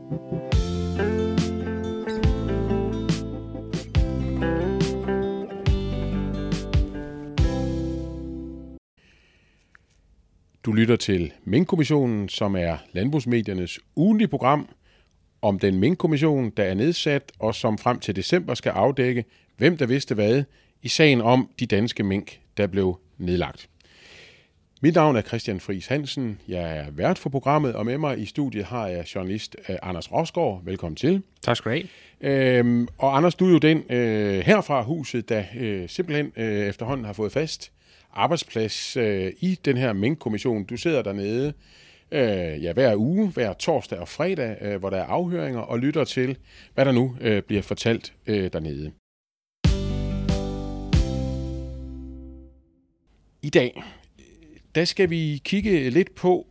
Du lytter til Minkkommissionen, som er landbrugsmediernes ugentlige program om den minkkommission, der er nedsat, og som frem til december skal afdække, hvem der vidste hvad i sagen om de danske mink, der blev nedlagt. Mit navn er Christian Friis Hansen. Jeg er vært for programmet, og med mig i studiet har jeg journalist Anders Rosgaard. Velkommen til. Tak skal du have. Og Anders, du er jo den herfra huset, der simpelthen efterhånden har fået fast arbejdsplads i den her minkkommission. Du sidder dernede hver uge, hver torsdag og fredag, hvor der er afhøringer, og lytter til, hvad der nu bliver fortalt dernede. I dag, der skal vi kigge lidt på,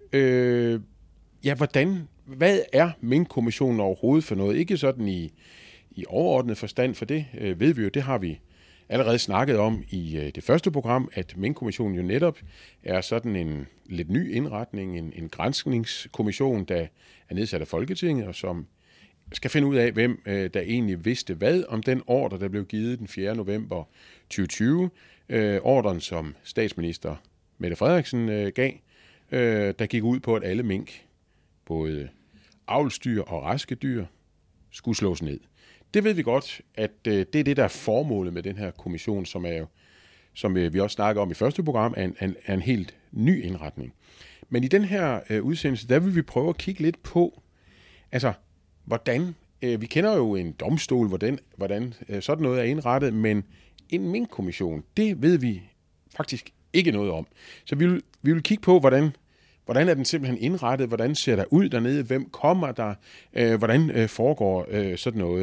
hvad er minkkommissionen overhovedet for noget? Ikke sådan i overordnet forstand, for det ved vi jo, det har vi allerede snakket om i det første program, at minkkommissionen jo netop er sådan en lidt ny indretning, en granskningskommission, der er nedsat af Folketinget, og som skal finde ud af, hvem der egentlig vidste hvad om den ordre, der blev givet den 4. november 2020. Ordren, som statsminister Mette Frederiksen gav, der gik ud på, at alle mink, både avlsdyr og raske dyr, skulle slås ned. Det ved vi godt, at det er det, der er formålet med den her kommission, som vi også snakker om i første program, er en helt ny indretning. Men i den her udsendelse, der vil vi prøve at kigge lidt på, altså, hvordan, vi kender jo en domstol, hvordan sådan noget er indrettet, men en minkkommission, det ved vi faktisk ikke noget om. Så vi vil kigge på, hvordan er den simpelthen indrettet? Hvordan ser der ud dernede? Hvem kommer der? Hvordan foregår sådan noget?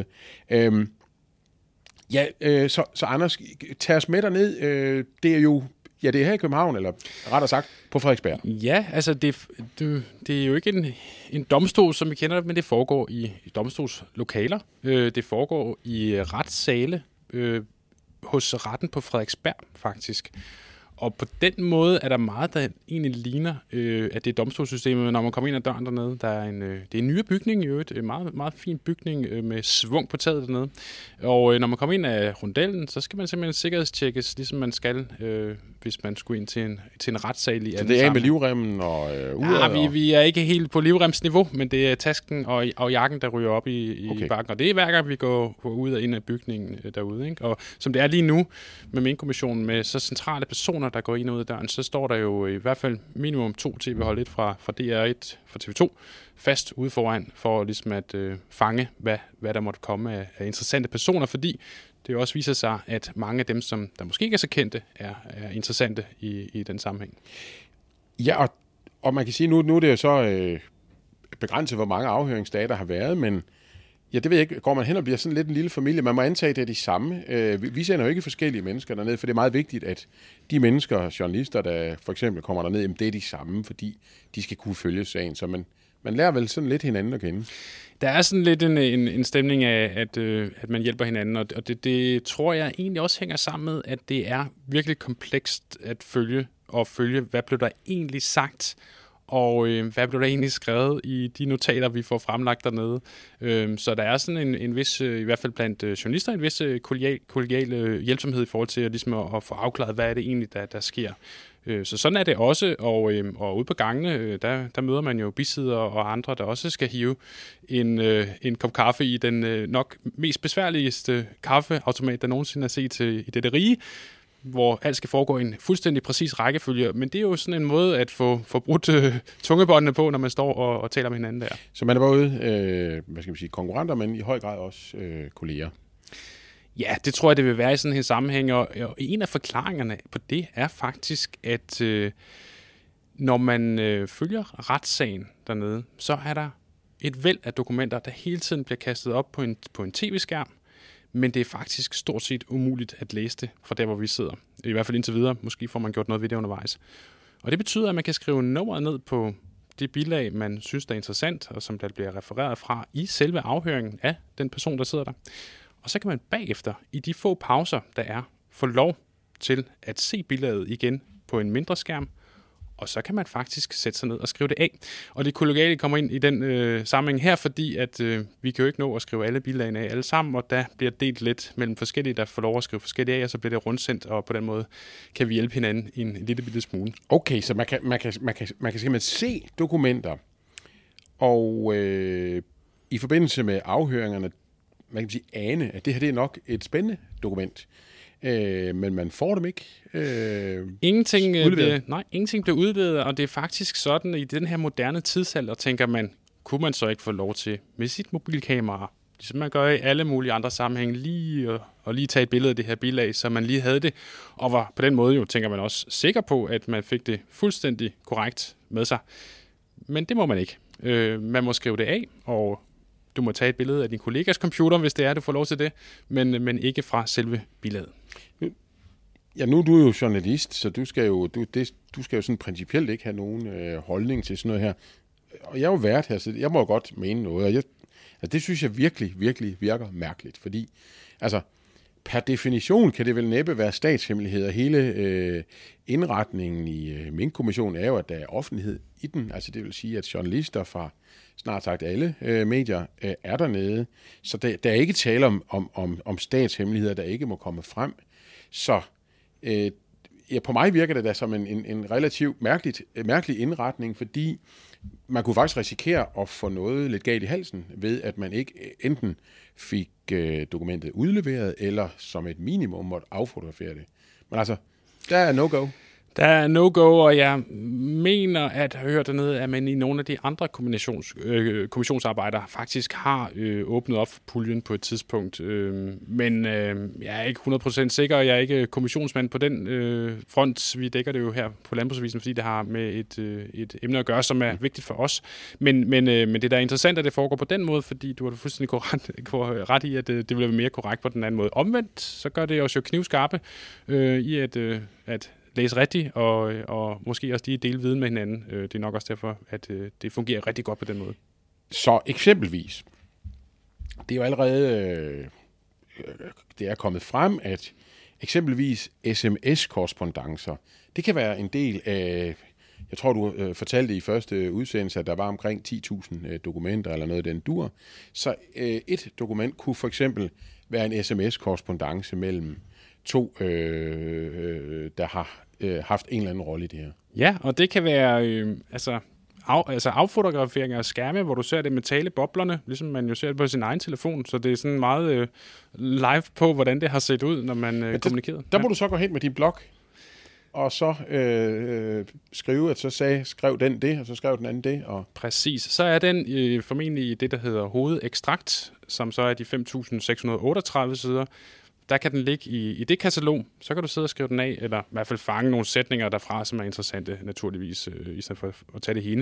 Så Anders, tag os med derned. Det er jo det er her i København, eller rettere sagt på Frederiksberg. Ja, altså det er jo ikke en domstol, som vi kender det, men det foregår i domstolslokaler. Det foregår i retssale hos retten på Frederiksberg, faktisk. Og på den måde er der meget, der egentlig ligner, at det er domstolssystemet, når man kommer ind ad døren dernede. Det er en nyere bygning i øvrigt, en meget, meget fin bygning med svung på taget dernede. Og når man kommer ind af rundellen, så skal man simpelthen sikkerhedstjekkes, ligesom man skal, hvis man skulle ind til en retssal i anden. Så det er med livremmen og uret? Ja, vi er ikke helt på livremsniveau, men det er tasken og jakken, der ryger op i bakken. Og det er hver gang, vi går ud og ind af bygningen derude. Ikke? Og som det er lige nu med minkkommissionen, med så centrale personer, der går ind og ud af døren, så står der jo i hvert fald minimum 2 tv-hold, lidt fra DR1, fra TV2, fast ude foran, for ligesom at fange, hvad der måtte komme af interessante personer, fordi det jo også viser sig, at mange af dem, som der måske ikke er så kendte, er interessante i den sammenhæng. Ja, og man kan sige, nu er det jo så begrænset, hvor mange afhøringsdage der har været, men ja, det ved jeg ikke. Går man hen og bliver sådan lidt en lille familie? Man må antage, at det er de samme. Vi sender jo ikke forskellige mennesker derned, for det er meget vigtigt, at de mennesker, journalister, der for eksempel kommer derned, jamen, det er de samme, fordi de skal kunne følge sagen. Så man lærer vel sådan lidt hinanden at kende. Der er sådan lidt en stemning af, at man hjælper hinanden, og det tror jeg egentlig også hænger sammen med, at det er virkelig komplekst at følge, hvad blev der egentlig sagt, og hvad blev der egentlig skrevet i de notater, vi får fremlagt dernede. Så der er sådan en vis, i hvert fald blandt journalister, en vis kollegial hjælpsomhed i forhold til ligesom at få afklaret, hvad er det egentlig, der sker. Så sådan er det også, og ude på gangene, der møder man jo bisiddere og andre, der også skal hive en kop kaffe i den nok mest besværligste kaffeautomat, der nogensinde er set i dette rige, hvor alt skal foregå i en fuldstændig præcis rækkefølge. Men det er jo sådan en måde at få brudt tungebåndene på, når man står og taler med hinanden der. Så man er både konkurrenter, men i høj grad også kolleger. Ja, det tror jeg, det vil være i sådan en sammenhæng. Og en af forklaringerne på det er faktisk, at når man følger retssagen dernede, så er der et væld af dokumenter, der hele tiden bliver kastet op på en tv-skærm. Men det er faktisk stort set umuligt at læse det fra der, hvor vi sidder. I hvert fald indtil videre. Måske får man gjort noget ved det undervejs. Og det betyder, at man kan skrive nummeret ned på det bilag, man synes, der er interessant, og som der bliver refereret fra i selve afhøringen af den person, der sidder der. Og så kan man bagefter, i de få pauser, der er, få lov til at se billedet igen på en mindre skærm, og så kan man faktisk sætte sig ned og skrive det af. Og det kollegiale kommer ind i den sammenhæng her, fordi at vi kan jo ikke nå at skrive alle bilagene af alle sammen, og der bliver delt lidt mellem forskellige, der får lov at skrive forskellige af, og så bliver det rundsendt, og på den måde kan vi hjælpe hinanden i en lille bitte smule. Okay, så man kan simpelthen se dokumenter, og i forbindelse med afhøringerne, man kan sige ane, at det her det er nok et spændende dokument. Men man får dem ikke ingenting bliver udleveret, og det er faktisk sådan, at i den her moderne tidsalder, tænker man, kunne man så ikke få lov til med sit mobilkamera, ligesom man gør i alle mulige andre sammenhænge, lige tage et billede af det her bilag, så man lige havde det, og var på den måde jo, tænker man også, sikker på, at man fik det fuldstændig korrekt med sig. Men det må man ikke. Man må skrive det af, og du må tage et billede af din kollegas computer, hvis det er, du får lov til det, men ikke fra selve bilaget. Ja, nu er du jo journalist, så du skal jo sådan principielt ikke have nogen holdning til sådan noget her. Og jeg er jo vært her, så jeg må jo godt mene noget. Og det synes jeg virkelig, virkelig virker mærkeligt, fordi altså, per definition kan det vel næppe være statshemmeligheder. Hele indretningen i Mink-kommissionen er jo, at der er offentlighed i den. Altså det vil sige, at journalister fra snart sagt alle medier er dernede. Så der er ikke tale om statshemmeligheder, der ikke må komme frem. Så på mig virker det da som en relativt mærkelig indretning, fordi man kunne faktisk risikere at få noget lidt galt i halsen ved, at man ikke enten fik dokumentet udleveret, eller som et minimum måtte affotografere det. Men altså, der er no-go. Der er no-go, og jeg mener at høre dernede, at man i nogle af de andre kommissionsarbejder faktisk har åbnet op for puljen på et tidspunkt. Men jeg er ikke 100% sikker, jeg er ikke kommissionsmand på den front. Vi dækker det jo her på Landbrugsavisen, fordi det har med et emne at gøre, som er vigtigt for os. Men det er da interessant, at det foregår på den måde, fordi du har fuldstændig ret i, at det vil være mere korrekt på den anden måde. Omvendt, så gør det os jo knivskarpe i at læse rigtigt, og måske også lige dele viden med hinanden. Det er nok også derfor, at det fungerer rigtig godt på den måde. Så eksempelvis, det er jo allerede det er kommet frem, at eksempelvis sms-korrespondancer, det kan være en del af, jeg tror du fortalte i første udsendelse, at der var omkring 10.000 dokumenter eller noget af den dur. Så et dokument kunne for eksempel være en sms-korrespondance mellem to, der har haft en eller anden rolle i det her. Ja, og det kan være affotografering af skærme, hvor du ser det med taleboblerne, ligesom man jo ser det på sin egen telefon, så det er sådan meget live på, hvordan det har set ud, når man kommunikerer. Der må du så gå hen med din blog, og så skrive, at skrev den det, og så skrev den anden det. Og præcis. Så er den formentlig det, der hedder hovedekstrakt, som så er de 5.638 sider. Der kan den ligge i det katalog, så kan du sidde og skrive den af, eller i hvert fald fange nogle sætninger derfra, som er interessante, naturligvis, i stedet for at tage det hele.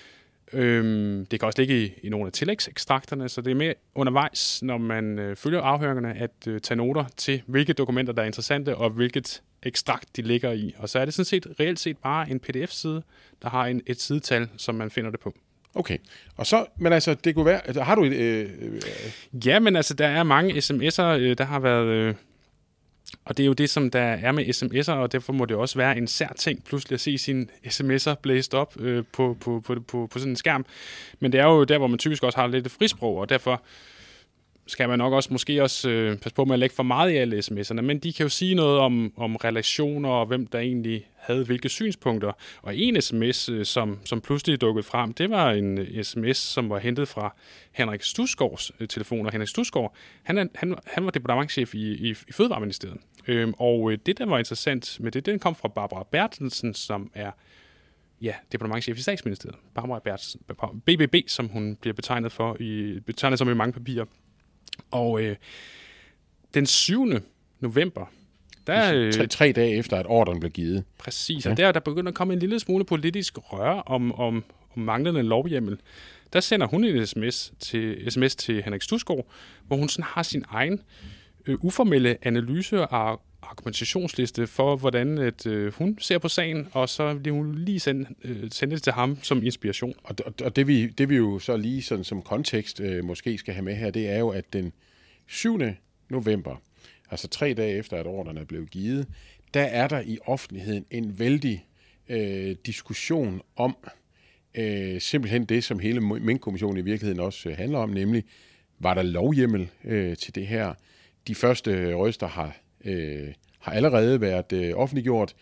Det kan også ligge i nogle af tillægsekstrakterne, så det er mere undervejs, når man følger afhøringerne, at tage noter til, hvilke dokumenter, der er interessante, og hvilket ekstrakt de ligger i. Og så er det sådan set reelt set bare en pdf-side, der har et sidetal, som man finder det på. Okay, og så, men altså, det kunne være, altså, har du et... Ja, men altså, der er mange sms'er, der har været... Og det er jo det, som der er med sms'er, og derfor må det også være en sær ting, pludselig at se sine sms'er blæst op på sådan en skærm. Men det er jo der, hvor man typisk også har lidt frisprog, og derfor skal man nok også måske også passe på med at lægge for meget i alle sms'erne, men de kan jo sige noget om relationer, og hvem der egentlig havde hvilke synspunkter. Og en sms, som pludselig dukkede frem, det var en sms, som var hentet fra Henrik Studsgaards telefon, og Henrik Studsgaard, han var departementschef i Fødevareministeriet. Og det, der var interessant med det, den kom fra Barbara Bertelsen, som er departementschef i Statsministeriet. Barbara Bertelsen, BBB, som hun bliver betegnet som i mange papirer. Og den 7. november, der 3 dage efter, at ordren blev givet. Præcis, og der begynder at komme en lille smule politisk røre om manglende lovhjemmel. Der sender hun en sms til Henrik Studsgaard, hvor hun sådan har sin egen uformelle analyse og argumentationsliste for, hvordan hun ser på sagen, og så vil hun lige sende det til ham som inspiration. Og det vi jo så lige sådan som kontekst måske skal have med her, det er jo, at den 7. november, altså 3 dage efter, at ordrene er blevet givet, der er der i offentligheden en vældig diskussion om simpelthen det, som hele Mink-kommissionen i virkeligheden også handler om, nemlig, var der lovhjemmel til det her? De første røster har allerede været offentliggjort.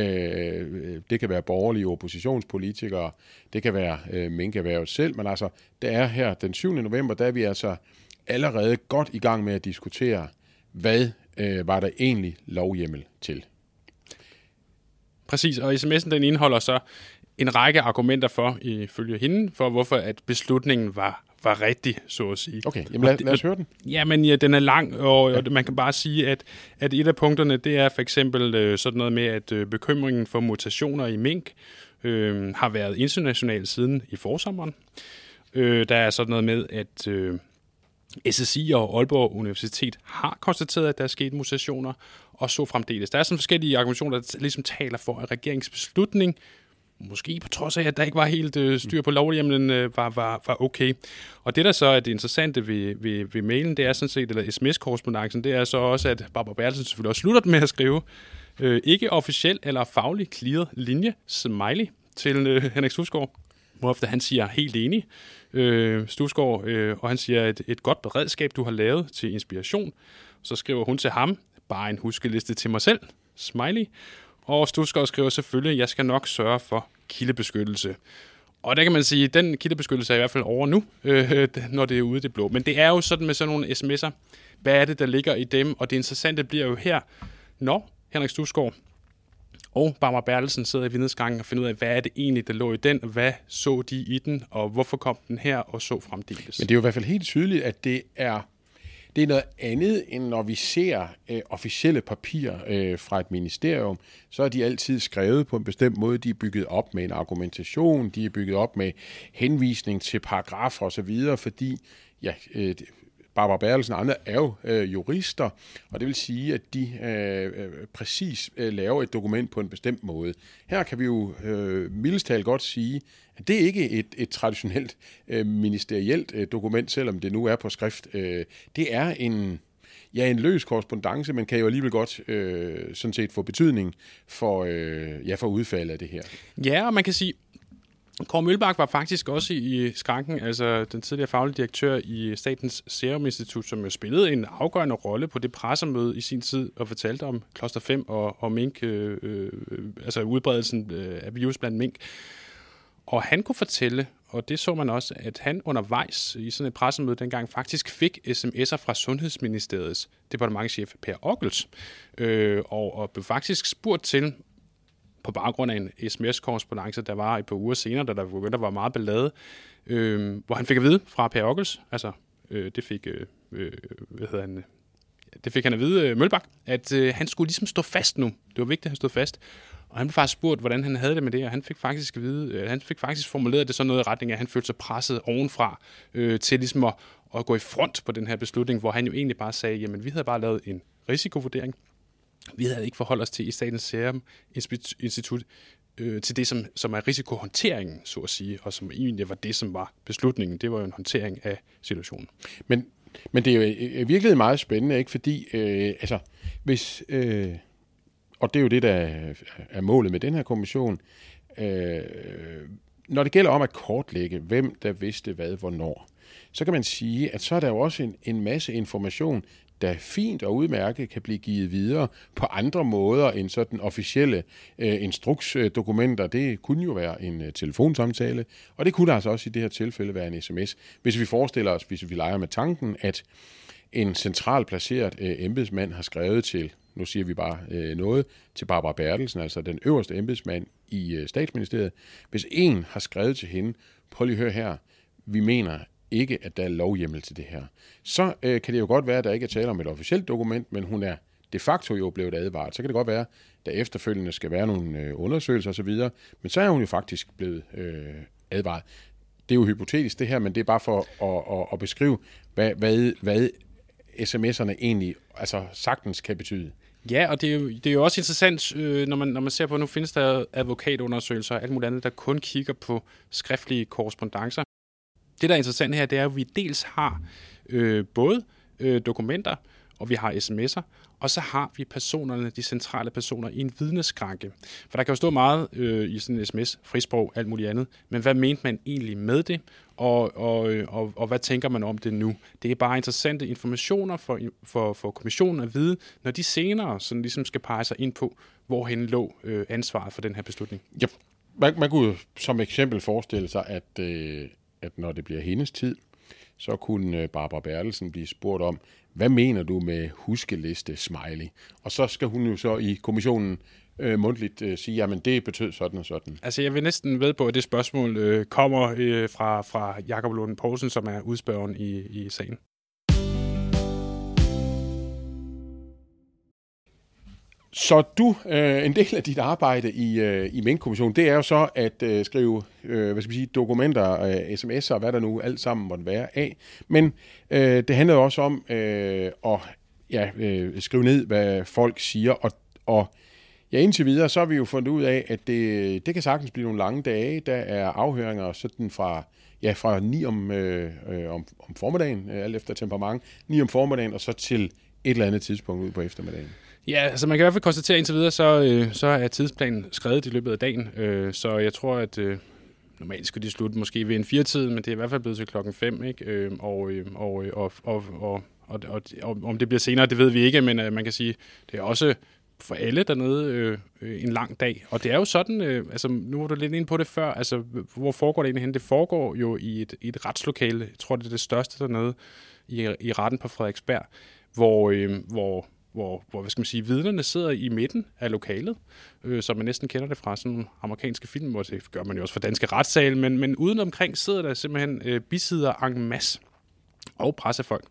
Det kan være borgerlige oppositionspolitikere, det kan være minkerhvervet selv, men altså, der er her den 7. november, der er vi altså allerede godt i gang med at diskutere, hvad var der egentlig lovhjemmel til. Præcis, og sms'en den indeholder så en række argumenter for, ifølge hende, for hvorfor at beslutningen var rigtig, så at sige. Okay, jamen lad os høre den. Jamen ja, den er lang, og man kan bare sige, at et af punkterne, det er for eksempel sådan noget med, at bekymringen for mutationer i mink har været international siden i forsommeren. Der er sådan noget med, at SSI og Aalborg Universitet har konstateret, at der er sket mutationer, og så fremdeles. Der er sådan forskellige argumentationer, der ligesom taler for, at regeringsbeslutning, måske på trods af, at der ikke var helt styr på lovhjemmelen, var okay. Og det, der så er det interessante ved mailen, det er sådan set, eller sms-korrespondancen, det er så også, at Barbara Bertelsen selvfølgelig også slutter med at skrive, ikke officiel eller faglig clearet linje, smiley, til Henrik Studsgaard, hvorefter han siger helt enig, Studsgaard, og han siger, et godt beredskab, du har lavet til inspiration. Så skriver hun til ham, bare en huskeliste til mig selv, smiley. Og Studsgaard skriver selvfølgelig, jeg skal nok sørge for kildebeskyttelse. Og der kan man sige, at den kildebeskyttelse er i hvert fald over nu, når det er ude i det blå. Men det er jo sådan med sådan nogle sms'er. Hvad er det, der ligger i dem? Og det interessante bliver jo her, når Henrik Studsgaard og Barbara Bertelsen sidder i vidnesgangen og finder ud af, hvad er det egentlig, der lå i den, og hvad så de i den, og hvorfor kom den her, og så fremdeles. Men det er jo i hvert fald helt tydeligt, at det er noget andet, end når vi ser officielle papirer fra et ministerium, så er de altid skrevet på en bestemt måde. De er bygget op med en argumentation, de er bygget op med henvisning til paragrafer osv., fordi Barbara Bertelsen og andre er jo jurister, og det vil sige, at de præcis laver et dokument på en bestemt måde. Her kan vi jo mildest talt godt sige, at det ikke er et traditionelt ministerielt dokument, selvom det nu er på skrift. Det er en løs korrespondance, men kan jo alligevel godt sådan set få betydning for udfaldet af det her. Ja, og man kan sige, Kåre Mølbak var faktisk også i skranken, altså den tidligere faglige direktør i Statens Serum Institut, som jo spillede en afgørende rolle på det pressemøde i sin tid og fortalte om Cluster 5 og mink, altså udbredelsen af virus blandt mink. Og han kunne fortælle, og det så man også, at han undervejs i sådan et pressemøde dengang faktisk fik sms'er fra Sundhedsministeriets departementschef Per Ockels, og blev faktisk spurgt til, på baggrund af en sms-korrespondance, der var et par uger senere, da der begyndte at være meget ballade, hvor han fik at vide fra Per Ockels, altså det fik han at vide, Mølbak, at han skulle ligesom stå fast nu. Det var vigtigt, at han stod fast. Og han blev faktisk spurgt, hvordan han havde det med det, og han fik faktisk at vide, han fik faktisk formuleret det sådan noget i retning af, at han følte sig presset ovenfra til ligesom at gå i front på den her beslutning, hvor han jo egentlig bare sagde, jamen vi havde bare lavet en risikovurdering. Vi havde ikke forholdt os til i Statens Serum Institut til det, som er risikohåndteringen, så at sige, og som egentlig var det, som var beslutningen. Det var jo en håndtering af situationen. Men det er jo virkelig meget spændende, ikke? Fordi hvis og det er jo det, der er målet med den her kommission, når det gælder om at kortlægge, hvem der vidste hvad, hvornår, så kan man sige, at så er der jo også en masse information, der fint og udmærket kan blive givet videre på andre måder end sådan officielle instruksdokumenter. Det kunne jo være en telefonsamtale, og det kunne altså også i det her tilfælde være en sms. Hvis vi forestiller os, hvis vi leger med tanken, at en centralt placeret embedsmand har skrevet til, nu siger vi bare noget, til Barbara Bertelsen, altså den øverste embedsmand i Statsministeriet. Hvis en har skrevet til hende, prøv lige at høre her, vi mener ikke, at der er lovhjemmel til det her, så kan det jo godt være, at der ikke er tale om et officielt dokument, men hun er de facto jo blevet advaret. Så kan det godt være, at der efterfølgende skal være nogle undersøgelser osv., men så er hun jo faktisk blevet advaret. Det er jo hypotetisk det her, men det er bare for at beskrive, hvad sms'erne egentlig altså sagtens kan betyde. Ja, og det er jo også interessant, når man ser på, nu findes der advokatundersøgelser og alt muligt andet, der kun kigger på skriftlige korrespondancer. Det, der er interessant her, det er, at vi dels har både dokumenter og vi har sms'er, og så har vi personerne, de centrale personer, i en vidneskranke. For der kan jo stå meget i sådan en sms, frisprog, alt muligt andet, men hvad mente man egentlig med det, og hvad tænker man om det nu? Det er bare interessante informationer for kommissionen at vide, når de senere sådan ligesom skal pege sig ind på, hvorhen lå ansvaret for den her beslutning. Ja, man kunne jo som eksempel forestille sig, at når det bliver hendes tid, så kunne Barbara Bertelsen blive spurgt om, hvad mener du med huskeliste smiley? Og så skal hun jo så i kommissionen mundtligt sige, jamen det betød sådan og sådan. Altså jeg vil næsten ved på, at det spørgsmål kommer fra Jakob Lund Poulsen, som er udspørgeren i sagen. Så en del af dit arbejde i Mink-kommissionen, det er jo så at skrive dokumenter, sms'er og hvad der nu alt sammen måtte være af. Men det handler jo også om at skrive ned, hvad folk siger. Og indtil videre, så har vi jo fundet ud af, at det kan sagtens blive nogle lange dage. Der er afhøringer sådan fra 9 om formiddagen, alt efter temperament, 9 om formiddagen, og så til et eller andet tidspunkt ud på eftermiddagen. Ja, altså man kan i hvert fald konstatere indtil videre, så er tidsplanen skrevet i løbet af dagen. Så jeg tror, at normalt skulle de slutte måske ved en 4-tiden, men det er i hvert fald blevet til 5:00, ikke? Og om det bliver senere, det ved vi ikke, men man kan sige, det er også for alle dernede en lang dag. Og det er jo sådan, altså nu var du lidt inde på det før, altså hvor foregår det egentlig hen? Det foregår jo i et retslokale, jeg tror det er det største dernede i retten på Frederiksberg, hvor hvad skal man sige, vidnerne sidder i midten af lokalet, så man næsten kender det fra sådan nogle amerikanske film, hvor det gør man jo også for danske retssale, men uden omkring sidder der simpelthen bisidder en masse og pressefolk.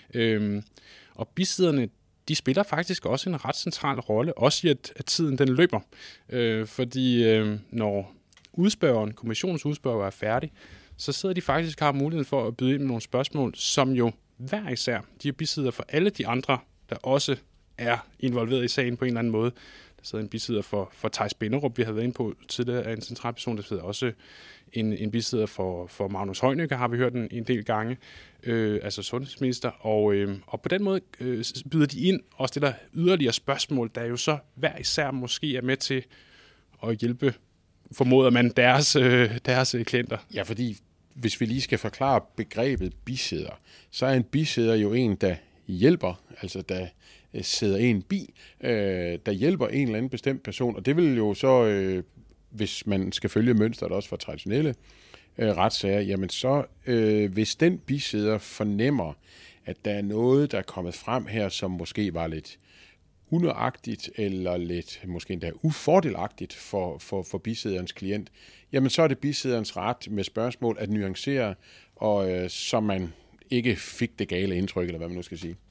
Og bisiderne, de spiller faktisk også en ret central rolle, også i at tiden den løber. Fordi når kommissionens udspørger er færdig, så sidder de faktisk og har muligheden for at byde ind med nogle spørgsmål, som jo hver især, de er bisidder for alle de andre, der også er involveret i sagen på en eller anden måde. Der sidder en bisidder for Theis Binderup, vi havde været inde på tidligere, af en central person. Der sidder også en bisidder for Magnus Heunicke, har vi hørt en del gange, altså sundhedsminister. Og på den måde byder de ind og stiller yderligere spørgsmål, der jo så hver især måske er med til at hjælpe, formoder man, deres klienter. Ja, fordi hvis vi lige skal forklare begrebet bisidder, så er en bisidder jo en, der hjælper, altså der sidder en der hjælper en eller anden bestemt person, og det vil jo så, hvis man skal følge mønstret også for traditionelle retssager, jamen så, hvis den bisidder fornemmer, at der er noget, der er kommet frem her, som måske var lidt unøjagtigt, eller lidt måske endda ufordelagtigt for bisidderens klient, jamen så er det bisidderens ret med spørgsmål at nuancere, og så man ikke fik det gale indtryk, eller hvad man nu skal sige.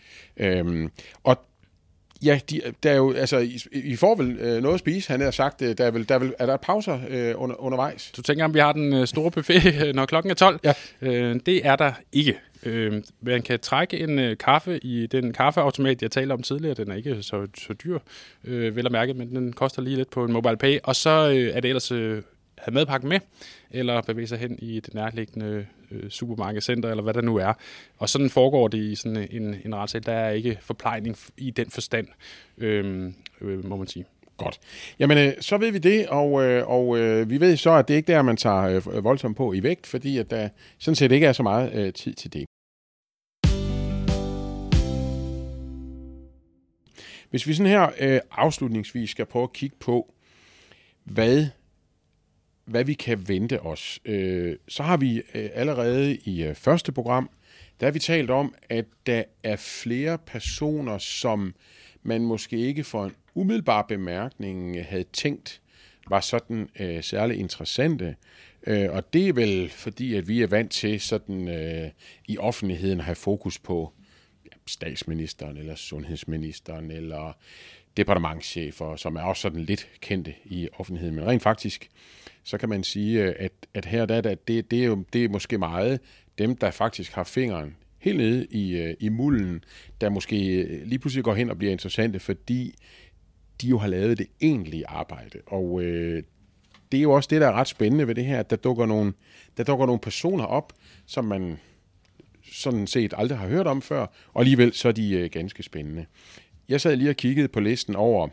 Og ja, der er jo, altså, I får vel noget at spise, han har sagt, er der pauser undervejs? Du tænker, om vi har den store buffet, når klokken er 12? Ja. Det er der ikke. Man kan trække en kaffe i den kaffeautomat, jeg talte om tidligere. Den er ikke så dyr, vel at mærke, men den koster lige lidt på en MobilePay. Og så er det ellers have madpakken med, eller bevæge sig hen i det nærliggende supermarkedscenter, eller hvad der nu er. Og sådan foregår det i sådan en retssag. Der er ikke forplejning i den forstand, må man sige. Godt. Jamen, så ved vi det, og vi ved så, at det ikke er der, man tager voldsomt på i vægt, fordi at der sådan set ikke er så meget tid til det. Hvis vi sådan her afslutningsvis skal prøve at kigge på, hvad vi kan vente os, så har vi allerede i første program, der har vi talt om, at der er flere personer, som man måske ikke for en umiddelbar bemærkning havde tænkt var sådan særlig interessante. Og det er vel fordi, at vi er vant til sådan i offentligheden at have fokus på statsministeren eller sundhedsministeren eller departementschefer, som er også sådan lidt kendte i offentligheden. Men rent faktisk, så kan man sige, at her det er måske meget dem, der faktisk har fingeren helt nede i mulden, der måske lige pludselig går hen og bliver interessante, fordi de jo har lavet det egentlige arbejde. Og det er jo også det, der er ret spændende ved det her, at der dukker nogle personer op, som man sådan set aldrig har hørt om før, og alligevel så er de ganske spændende. Jeg sad lige og kiggede på listen over,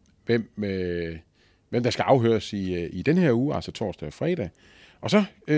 hvem der skal afhøres i den her uge, altså torsdag og fredag. Og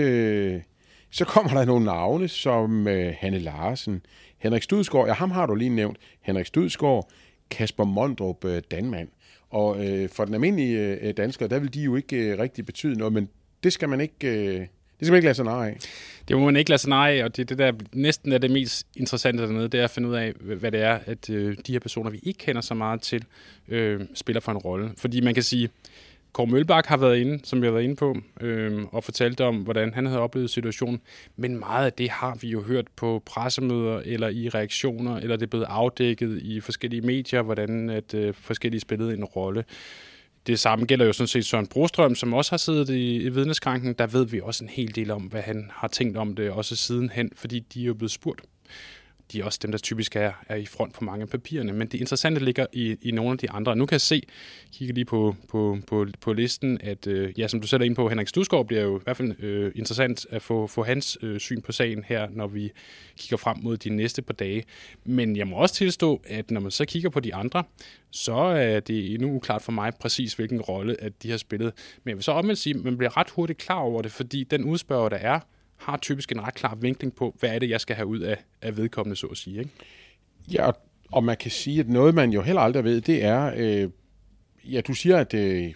så kommer der nogle navne, som Hanne Larsen, Henrik Studsgaard, ja, ham har du lige nævnt, Henrik Studsgaard, Kasper Mondrup, Danmand. Og for den almindelige dansker, der vil de jo ikke rigtig betyde noget, men det skal man ikke lade sig narre af. Det må man ikke lade sig narre af, og det der næsten er det mest interessante dernede, det er at finde ud af, hvad det er, at de her personer, vi ikke kender så meget til, spiller for en rolle. Fordi man kan sige, Kåre Mølbak har været inde, som vi har været inde på, og fortalte om, hvordan han havde oplevet situationen. Men meget af det har vi jo hørt på pressemøder, eller i reaktioner, eller det er blevet afdækket i forskellige medier, hvordan at forskellige spillede en rolle. Det samme gælder jo sådan set Søren Brostrøm, som også har siddet i vidneskranken. Der ved vi også en hel del om, hvad han har tænkt om det, også sidenhen, fordi de er jo blevet spurgt. De er også dem, der typisk er i front på mange af papirerne. Men det interessante ligger i nogle af de andre. Nu kan jeg se, kigge lige på listen, at som du selv er inde på, Henrik Studsgaard bliver jo i hvert fald interessant at få hans syn på sagen her, når vi kigger frem mod de næste par dage. Men jeg må også tilstå, at når man så kigger på de andre, så er det endnu uklart for mig præcis, hvilken rolle at de har spillet. Men jeg vil så omvendt sige, at man bliver ret hurtigt klar over det, fordi den udspørger, der er, har typisk en ret klar vinkling på, hvad er det, jeg skal have ud af vedkommende, så at sige. Ikke? Ja, og man kan sige, at noget, man jo heller aldrig ved, det er, du siger, at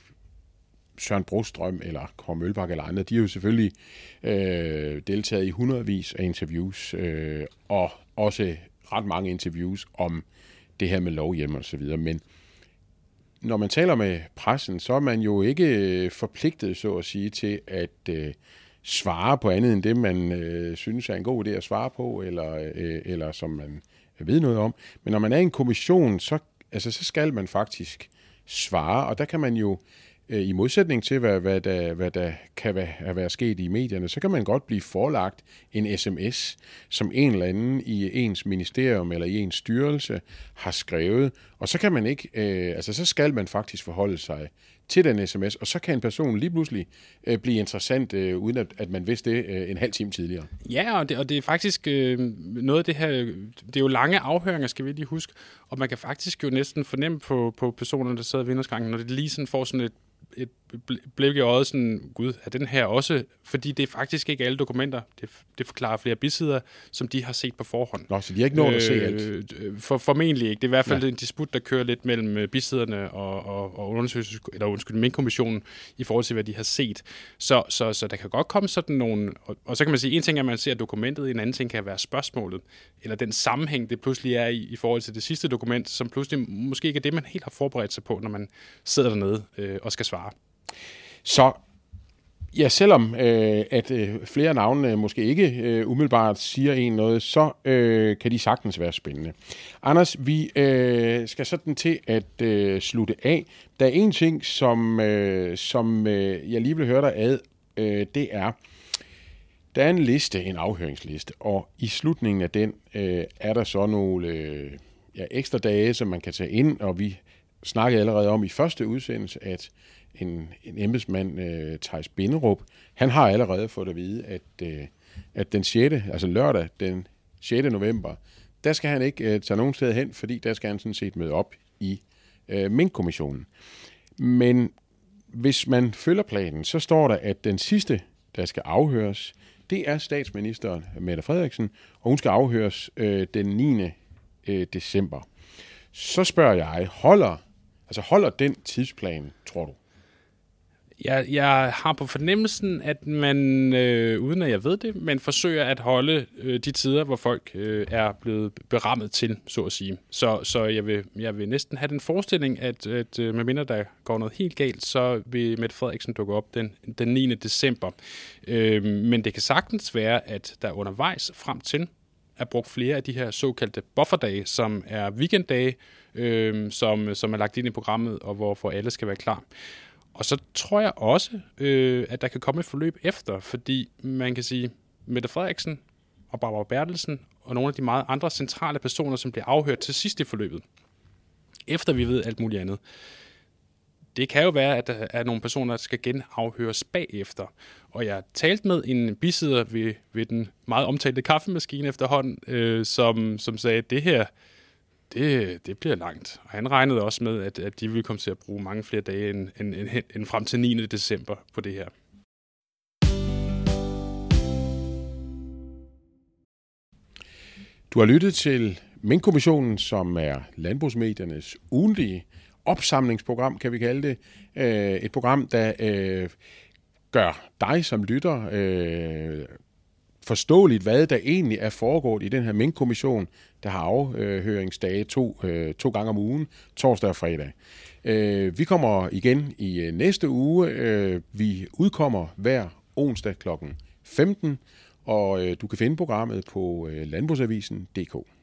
Søren Brostrøm eller Kåre Mølbak eller andre, de er jo selvfølgelig deltaget i hundredvis af interviews, og også ret mange interviews om det her med lovhjem og så videre. Men når man taler med pressen, så er man jo ikke forpligtet, så at sige, til at svare på andet end det, man synes er en god idé at svare på, eller som man ved noget om. Men når man er i en kommission, så skal man faktisk svare, og der kan man jo, i modsætning til, hvad der kan være sket i medierne, så kan man godt blive forelagt en sms, som en eller anden i ens ministerium eller i ens styrelse har skrevet, og så kan man ikke, så skal man faktisk forholde sig til den sms, og så kan en person lige pludselig blive interessant, uden at man vidste det en halv time tidligere. Ja, og det er faktisk noget af det her, det er jo lange afhøringer, skal vi lige huske, og man kan faktisk jo næsten fornemme på personerne, der sidder i vinderskranken, når det lige sådan får sådan et blik i øjet, sådan, gud, er den her også, fordi det er faktisk ikke alle dokumenter, det forklarer flere bisider, som de har set på forhånd. Nå, så de har ikke nået at se alt? Formentlig ikke. Det er i hvert fald en disput, der kører lidt mellem bisiderne og Mink-kommissionen i forhold til, hvad de har set. Så der kan godt komme sådan nogle, og så kan man sige, en ting er, at man ser dokumentet, en anden ting kan være spørgsmålet, eller den sammenhæng, det pludselig er i forhold til det sidste dokument, som pludselig måske ikke er det, man helt har forberedt sig på, når man sidder dernede og skal svare. Så ja, selvom at flere navne måske ikke umiddelbart siger en noget, så kan de sagtens være spændende. Anders, vi skal sådan til at slutte af. Der er en ting, som jeg lige vil høre dig ad, det er, der er en liste, en afhøringsliste, og i slutningen af den er der så nogle ekstra dage, som man kan tage ind, og vi snakkede allerede om i første udsendelse, at en embedsmand, Theis Binderup, han har allerede fået at vide, at den 6., altså lørdag, den 6. november, der skal han ikke tage nogen sted hen, fordi der skal han sådan set møde op i Mink-kommissionen. Men hvis man følger planen, så står der, at den sidste, der skal afhøres, det er statsministeren, Mette Frederiksen, og hun skal afhøres den 9. december. Så spørger jeg, holder den tidsplan, tror du? Jeg har på fornemmelsen, at man, uden at jeg ved det, men forsøger at holde de tider, hvor folk er blevet berammet til, så at sige. Så jeg vil næsten have den forestilling, at medmindre der går noget helt galt, så vil Mette Frederiksen dukke op den 9. december. Men det kan sagtens være, at der undervejs frem til er brugt flere af de her såkaldte bufferdage, som er weekenddage, som er lagt ind i programmet, og hvorfor alle skal være klar. Og så tror jeg også, at der kan komme et forløb efter, fordi man kan sige, Mette Frederiksen og Barbara Bertelsen og nogle af de meget andre centrale personer, som bliver afhørt til sidst i forløbet, efter vi ved alt muligt andet, det kan jo være, at der er nogle personer, der skal genafhøres bagefter. Og jeg talte med en bisidder ved den meget omtalte kaffemaskine efterhånden, som sagde, at det her, det bliver langt. Og han regnede også med, at de ville komme til at bruge mange flere dage end frem til 9. december på det her. Du har lyttet til Minkkommissionen, som er landbrugsmediernes ugentlige opsamlingsprogram, kan vi kalde det. Et program, der gør dig som lytter forståeligt, hvad der egentlig er foregået i den her minkkommission, der har afhøringsdage to gange om ugen, torsdag og fredag. Vi kommer igen i næste uge. Vi udkommer hver onsdag kl. 15, og du kan finde programmet på landbrugsavisen.dk.